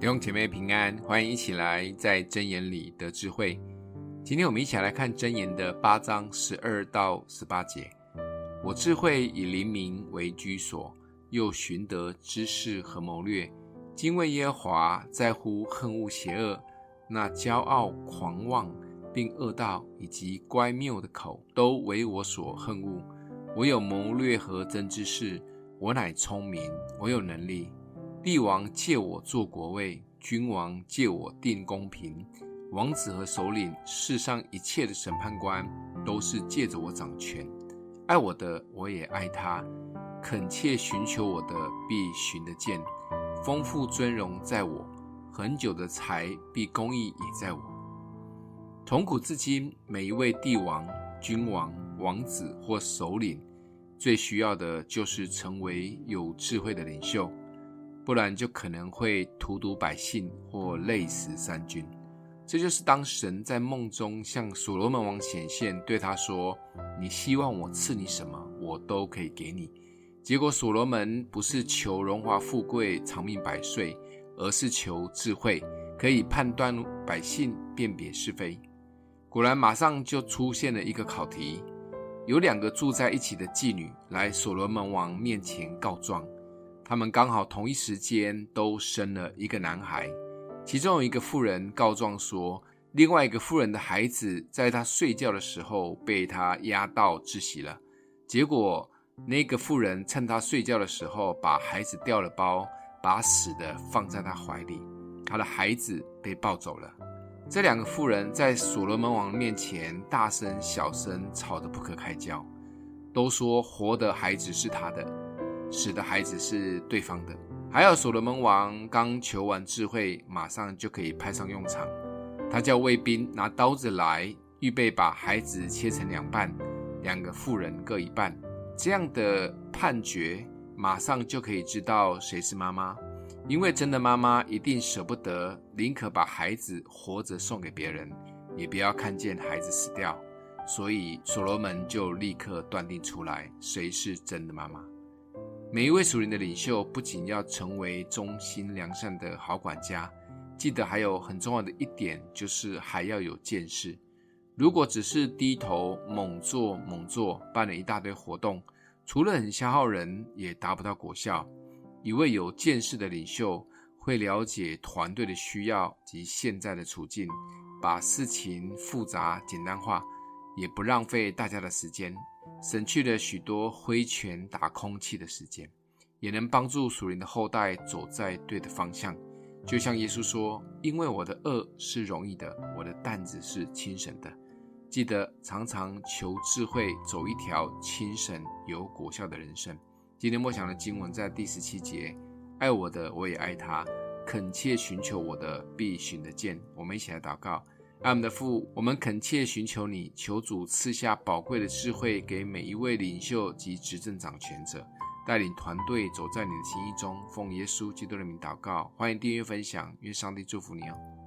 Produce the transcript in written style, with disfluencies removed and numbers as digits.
弟兄姐妹平安，欢迎一起来在箴言里得智慧。今天我们一起来看箴言的8章12到18节。我智慧以灵明为居所，又寻得知识和谋略。敬畏耶和华，在乎恨恶邪恶。那骄傲、狂妄，并恶道以及乖谬的口，都为我所恨恶。我有谋略和真知识，我乃聪明，我有能力。帝王借我做国位，君王借我定公平，王子和首领，世上一切的审判官，都是借着我掌权。爱我的，我也爱他；恳切寻求我的，必寻得见。丰富尊荣在我，恒久的财必公义也在我。从古至今，每一位帝王、君王、王子或首领，最需要的就是成为有智慧的领袖，不然就可能会荼毒百姓或累死三军。这就是当神在梦中向所罗门王显现，对他说：你希望我赐你什么，我都可以给你。结果所罗门不是求荣华富贵、长命百岁，而是求智慧，可以判断百姓，辨别是非。果然马上就出现了一个考题，有2个住在一起的妓女来所罗门王面前告状，他们刚好同一时间都生了一个男孩。其中有一个妇人告状说，另外一个妇人的孩子在她睡觉的时候被她压到窒息了，结果那个妇人趁她睡觉的时候把孩子调了包，把死的放在她怀里，她的孩子被抱走了。这2个妇人在所罗门王面前大声小声吵得不可开交，都说活的孩子是他的，死的孩子是对方的。还有所罗门王刚求完智慧，马上就可以派上用场。他叫卫兵拿刀子来，预备把孩子切成2半，2个妇人各一半。这样的判决马上就可以知道谁是妈妈，因为真的妈妈一定舍不得，宁可把孩子活着送给别人，也不要看见孩子死掉。所以所罗门就立刻断定出来谁是真的妈妈。每一位属灵的领袖不仅要成为忠心良善的好管家，记得还有很重要的一点，就是还要有见识。如果只是低头猛做，办了一大堆活动，除了很消耗人，也达不到果效。一位有见识的领袖会了解团队的需要及现在的处境，把事情复杂简单化，也不浪费大家的时间，省去了许多挥拳打空气的时间，也能帮助属灵的后代走在对的方向。就像耶稣说，因为我的軛是容易的，我的担子是轻省的。记得常常求智慧，走一条轻省有果效的人生。今天默想的经文在第17节，爱我的，我也爱他；恳切寻求我的，必寻得见。我们一起来祷告。爱我们的父，我们恳切寻求你，求主赐下宝贵的智慧给每一位领袖及执政掌权者，带领团队走在你的心意中。奉耶稣基督的名祷告，欢迎订阅分享，愿上帝祝福你哦。